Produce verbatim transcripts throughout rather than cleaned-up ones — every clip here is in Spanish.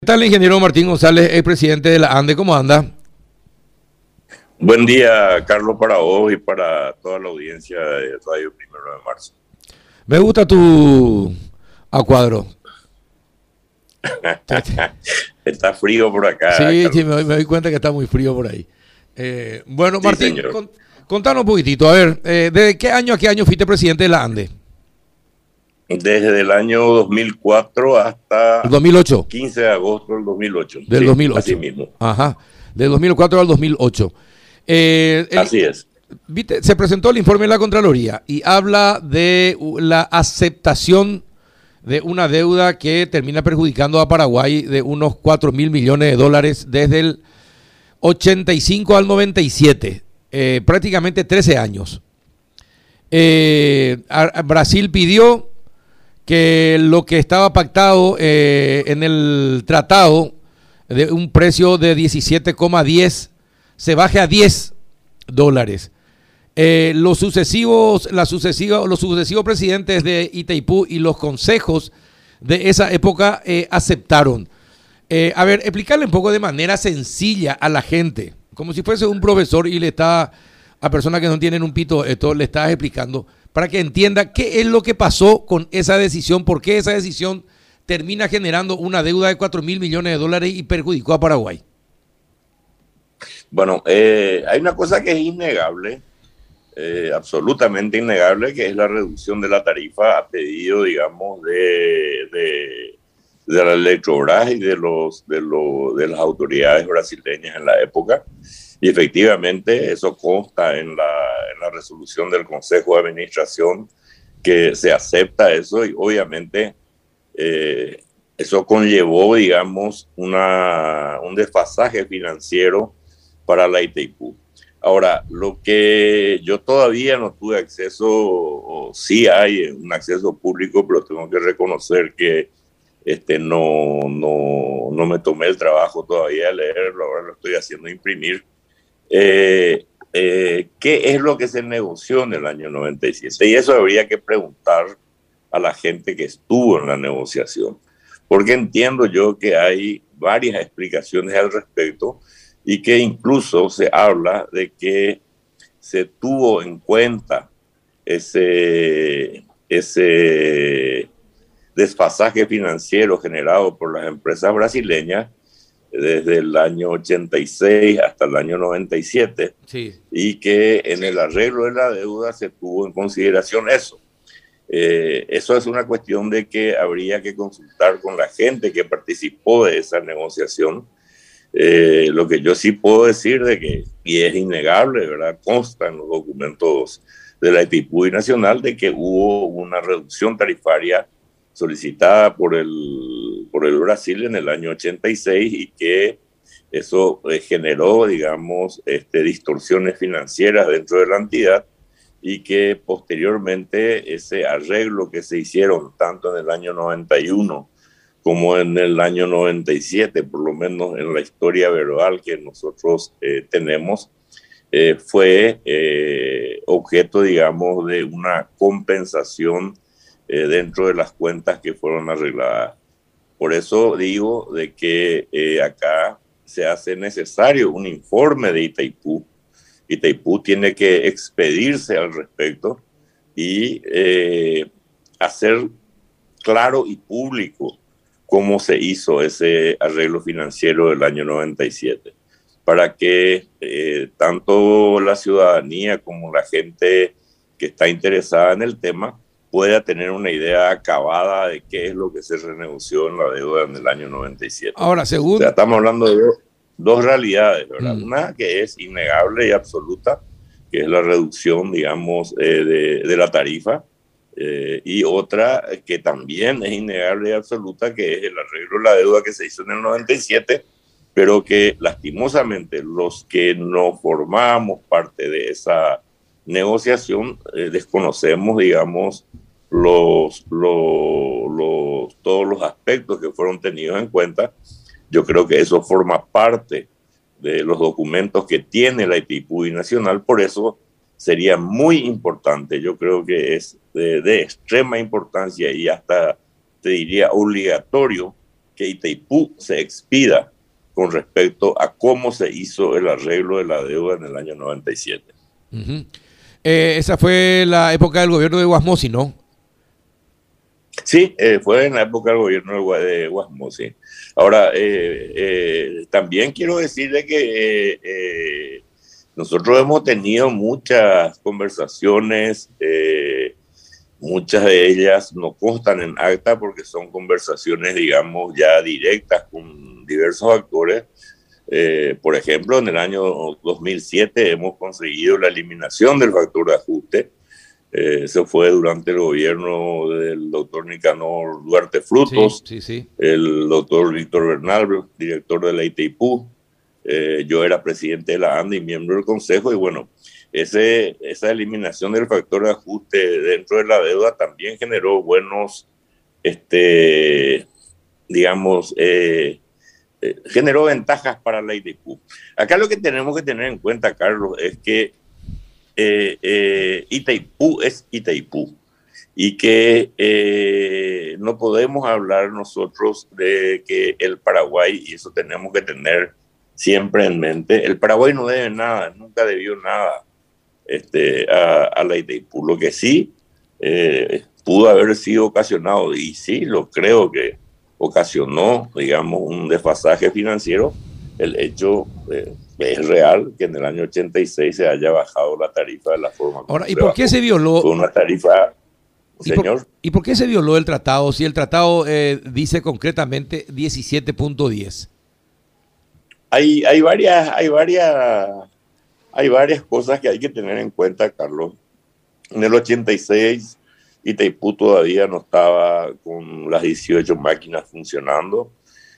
¿Qué tal, ingeniero Martín González, el presidente de la ANDE? ¿Cómo anda? Buen día, Carlos, para vos y para toda la audiencia de Radio Primero de Marzo. Me gusta tu a cuadro. Está frío por acá, Sí, sí, Carlos. me doy, me doy cuenta que está muy frío por ahí. Eh, bueno, Sí, Martín, señor. con- contanos un poquitito. A ver, eh, ¿desde qué año a qué año fuiste presidente de la ANDE? Desde el año dos mil cuatro El hasta dos mil ocho. quince de agosto del dos mil ocho. Del Sí, así dos mil ocho. mismo. Ajá. Del dos mil cuatro al dos mil ocho. Eh, el- Así es. viste, se presentó el informe de la Contraloría y habla de uh, la aceptación de una deuda que termina perjudicando a Paraguay de unos cuatro mil millones de dólares desde el ochenta y cinco al noventa y siete, eh, prácticamente trece años. Eh, a- a Brasil pidió que lo que estaba pactado eh, en el tratado de un precio de diecisiete coma diez se baje a diez dólares. Eh, los sucesivos, la sucesiva, los sucesivos presidentes de Itaipú y los consejos de esa época eh, aceptaron. Eh, a ver, explicarle un poco de manera sencilla a la gente, como si fuese un profesor y le está a personas que no tienen un pito, esto le estás explicando, para que entienda qué es lo que pasó con esa decisión, por qué esa decisión termina generando una deuda de cuatro mil millones de dólares y perjudicó a Paraguay. Bueno, eh, hay una cosa que es innegable, eh, absolutamente innegable, que es la reducción de la tarifa a pedido, digamos, de, de, de la Electrobras y de, los, de, los, de las autoridades brasileñas en la época. Y efectivamente eso consta en la, en la resolución del Consejo de Administración, que se acepta eso y obviamente eh, eso conllevó, digamos, una, un desfasaje financiero para la Itaipú. Ahora, lo que yo todavía no tuve acceso, o sí hay un acceso público, pero tengo que reconocer que este, no, no, no me tomé el trabajo todavía de leerlo, ahora lo estoy haciendo imprimir. Eh, eh, ¿Qué es lo que se negoció en el año noventa y siete? Y eso habría que preguntar a la gente que estuvo en la negociación, porque entiendo yo que hay varias explicaciones al respecto y que incluso se habla de que se tuvo en cuenta ese, ese desfasaje financiero generado por las empresas brasileñas desde el año ochenta y seis hasta el año noventa y siete, Sí. y que en el arreglo de la deuda se tuvo en consideración eso. Eh, eso es una cuestión de que habría que consultar con la gente que participó de esa negociación. Eh, lo que yo sí puedo decir de que, y es innegable, ¿verdad? Consta en los documentos de la Itaipú Nacional de que hubo una reducción tarifaria solicitada por el, por el Brasil en el año ochenta y seis y que eso eh, generó, digamos, este, distorsiones financieras dentro de la entidad y que posteriormente ese arreglo que se hicieron tanto en el año noventa y uno como en el año noventa y siete, por lo menos en la historia verbal que nosotros eh, tenemos, eh, fue eh, objeto, digamos, de una compensación eh, dentro de las cuentas que fueron arregladas. Por eso digo de que eh, acá se hace necesario un informe de Itaipú. Itaipú tiene que expedirse al respecto y eh, hacer claro y público cómo se hizo ese arreglo financiero del año noventa y siete, para que eh, tanto la ciudadanía como la gente que está interesada en el tema pueda tener una idea acabada de qué es lo que se renegoció en la deuda en el año noventa y siete. Ahora, O sea, según... estamos hablando de dos, dos realidades, ¿verdad? Mm. Una que es innegable y absoluta, que es la reducción, digamos, eh, de, de la tarifa, eh, y otra que también es innegable y absoluta, que es el arreglo de la deuda que se hizo en el noventa y siete, pero que lastimosamente los que no formamos parte de esa negociación eh, desconocemos, digamos, los, los, los, todos los aspectos que fueron tenidos en cuenta. Yo creo que eso forma parte de los documentos que tiene la Itaipú Nacional, por eso sería muy importante, yo creo que es de, de extrema importancia y hasta te diría obligatorio que Itaipú se expida con respecto a cómo se hizo el arreglo de la deuda en el año noventa y siete. Uh-huh. Eh, esa fue la época del gobierno de Wasmosy, ¿no? Sí, eh, fue en la época del gobierno de Wasmosy. Ahora, eh, eh, también quiero decirle que eh, eh, nosotros hemos tenido muchas conversaciones, eh, muchas de ellas no constan en acta porque son conversaciones, digamos, ya directas con diversos actores. Eh, por ejemplo, en el año dos mil siete hemos conseguido la eliminación del factor de ajuste. Eh, eso fue durante el gobierno del doctor Nicanor Duarte Frutos, sí, sí, sí. El doctor Víctor Bernal, director de la Itaipú. Eh, yo era presidente de la ANDE y miembro del consejo, y bueno, ese, esa eliminación del factor de ajuste dentro de la deuda también generó buenos, este, digamos, eh, eh, generó ventajas para la Itaipú. Acá lo que tenemos que tener en cuenta, Carlos, es que Eh, eh, Itaipú es Itaipú y que eh, no podemos hablar nosotros de que el Paraguay, y eso tenemos que tener siempre en mente, el Paraguay no debe nada, nunca debió nada este, a, a la Itaipú. Lo que sí eh, pudo haber sido ocasionado, y sí lo creo que ocasionó, digamos, un desfasaje financiero, el hecho eh, es real que en el año ochenta y seis se haya bajado la tarifa de la forma. Ahora, ¿y por qué se violó? Fue una tarifa, señor. ¿Y por, ¿Y por qué se violó el tratado si el tratado eh, dice concretamente diecisiete punto diez? Hay, hay varias, hay varias, hay varias cosas que hay que tener en cuenta, Carlos. En el ochenta y seis, Itaipú todavía no estaba con las dieciocho máquinas funcionando.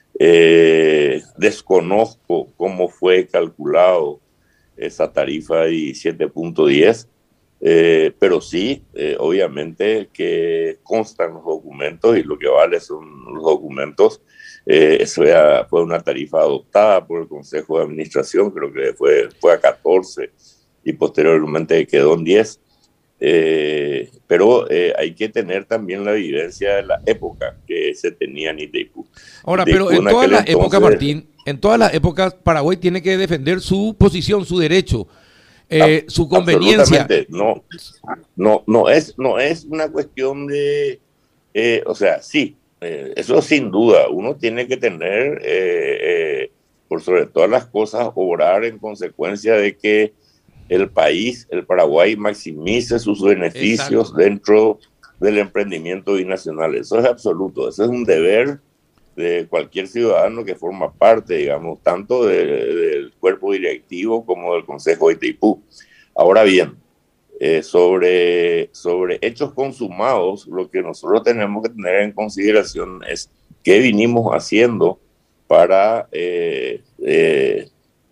Eh, desconozco cómo fue calculado esa tarifa de diecisiete punto diez, eh, pero sí, eh, obviamente que constan los documentos, y lo que vale son los documentos. Eh, eso ya fue una tarifa adoptada por el Consejo de Administración, creo que fue, fue a catorce y posteriormente quedó en diez. Eh, pero eh, hay que tener también la vivencia de la época que se tenía en Itaipú. Ahora, Itaipú pero en todas las entonces, épocas, Martín, en todas las épocas, Paraguay tiene que defender su posición, su derecho, eh, su conveniencia. No, no, no es, no es una cuestión de, eh, o sea, sí, eh, eso sin duda, uno tiene que tener, eh, eh, por sobre todas las cosas, obrar en consecuencia de que el país, el Paraguay, maximice sus beneficios. Exacto. Dentro del emprendimiento binacional. Eso es absoluto, eso es un deber de cualquier ciudadano que forma parte, digamos, tanto de, del cuerpo directivo como del Consejo de Itaipú. Ahora bien, eh, sobre, sobre hechos consumados, lo que nosotros tenemos que tener en consideración es qué vinimos haciendo para eh, eh,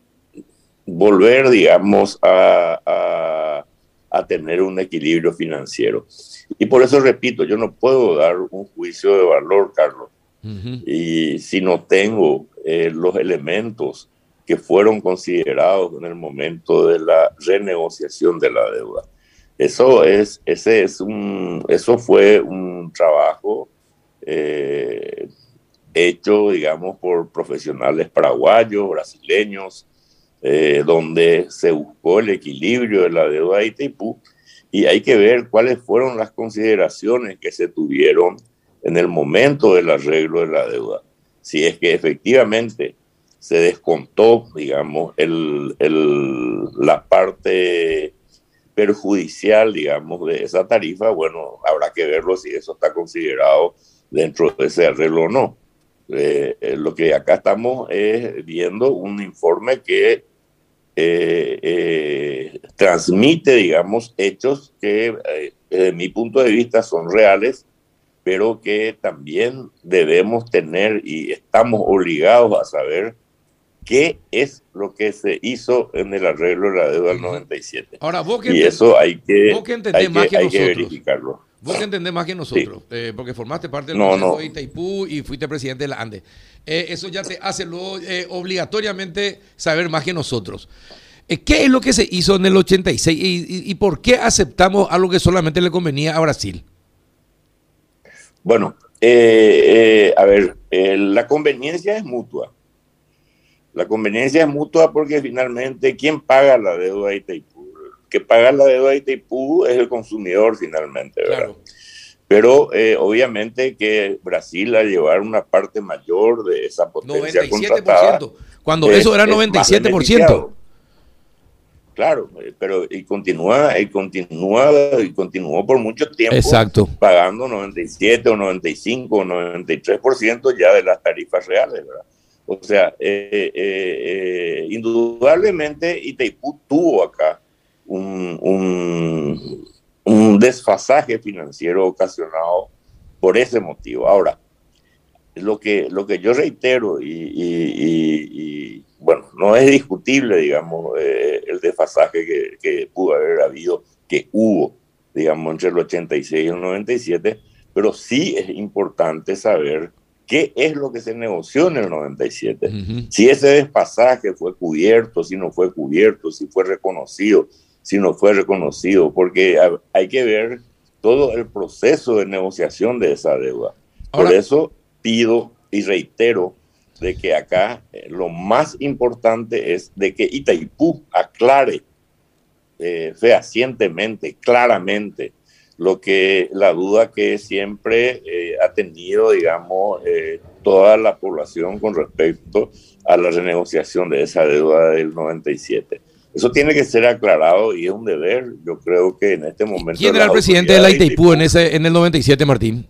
volver, digamos, a, a, a tener un equilibrio financiero. Y por eso repito, yo no puedo dar un juicio de valor, Carlos, uh-huh. y si no tengo eh, los elementos que fueron considerados en el momento de la renegociación de la deuda. Eso es, ese es un, eso fue un trabajo eh, hecho, digamos, por profesionales paraguayos, brasileños, Eh, donde se buscó el equilibrio de la deuda de Itaipú, y hay que ver cuáles fueron las consideraciones que se tuvieron en el momento del arreglo de la deuda. Si es que efectivamente se descontó, digamos, el, el, la parte perjudicial, digamos, de esa tarifa, bueno, habrá que verlo si eso está considerado dentro de ese arreglo o no. Eh, eh, lo que acá estamos es viendo un informe que Eh, eh, transmite, digamos, hechos que eh, desde mi punto de vista son reales, pero que también debemos tener y estamos obligados a saber qué es lo que se hizo en el arreglo de la deuda del noventa y siete. Ahora, vos que y eso hay que, vos que entendés hay más que, que hay nosotros. que verificarlo. Vos que entendés más que nosotros, sí. eh, porque formaste parte del no, Consejo no. de Itaipú y fuiste presidente de la ANDE. Eh, eso ya te hace luego eh, obligatoriamente saber más que nosotros. Eh, ¿Qué es lo que se hizo en el ochenta y seis y, y, y por qué aceptamos algo que solamente le convenía a Brasil? Bueno, Eh, eh, a ver, eh, la conveniencia es mutua. La conveniencia es mutua porque finalmente, ¿quién paga la deuda de Itaipú? El que paga la deuda de Itaipú es el consumidor finalmente, ¿verdad? Claro. Pero eh, obviamente que Brasil, a llevar una parte mayor de esa potencia noventa y siete por ciento, contratada, cuando es, eso era es noventa y más siete por ciento. beneficiado. Claro, eh, pero y continúa, y continúa, y continuó por mucho tiempo. Exacto. Pagando noventa y siete o noventa y cinco o noventa y tres por ciento ya de las tarifas reales, ¿verdad? O sea, eh, eh, eh, indudablemente Itaipú tuvo acá un, un, un desfasaje financiero ocasionado por ese motivo. Ahora, lo que, lo que yo reitero, y, y, y, y bueno, no es discutible, digamos, eh, el desfasaje que, que pudo haber habido, que hubo, digamos, entre el ochenta y seis y el noventa y siete, pero sí es importante saber qué es lo que se negoció en el noventa y siete. Uh-huh. Si ese desfasaje fue cubierto, si no fue cubierto, si fue reconocido, si no fue reconocido, porque hay que ver todo el proceso de negociación de esa deuda. Ahora, por eso pido y reitero de que acá eh, lo más importante es de que Itaipú aclare eh, fehacientemente, claramente, lo que la duda que siempre eh, ha tenido, digamos, eh, toda la población con respecto a la renegociación de esa deuda del noventa y siete. Eso tiene que ser aclarado y es un deber. Yo creo que en este momento... ¿Quién era el presidente de la Itaipú en, ese, en el noventa y siete, Martín?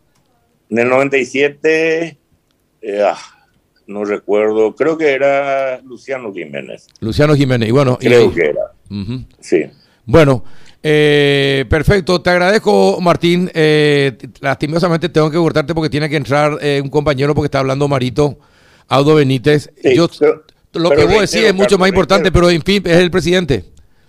En el noventa y siete, eh, ah, no recuerdo, creo que era Luciano Jiménez. Luciano Jiménez, y bueno... Creo y, que era, uh-huh. sí. Bueno, eh, perfecto, te agradezco, Martín. Eh, lastimosamente tengo que cortarte porque tiene que entrar eh, un compañero porque está hablando Marito Audo Benítez. Sí, Yo, pero, lo pero que vos reitero, decís es mucho Carlos, más importante, reitero. pero en fin, es el presidente.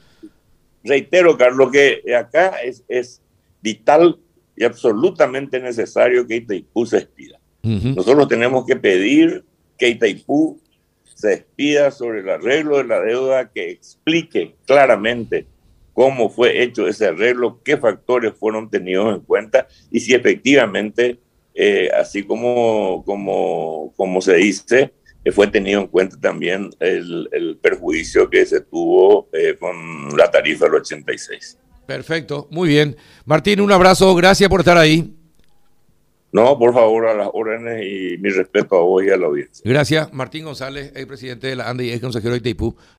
Reitero, Carlos, que acá es, es vital y absolutamente necesario que Itaipú se despida. Uh-huh. Nosotros tenemos que pedir que Itaipú se despida sobre el arreglo de la deuda, que explique claramente cómo fue hecho ese arreglo, qué factores fueron tenidos en cuenta y si efectivamente, eh, así como, como, como se dice, eh, fue tenido en cuenta también el, el perjuicio que se tuvo eh, con la tarifa del ochenta y seis. Perfecto, muy bien. Martín, un abrazo, gracias por estar ahí. No, por favor, a las órdenes y mi respeto a vos y a la audiencia. Gracias, Martín González, el presidente de la ANDE y ex consejero de Itaipú.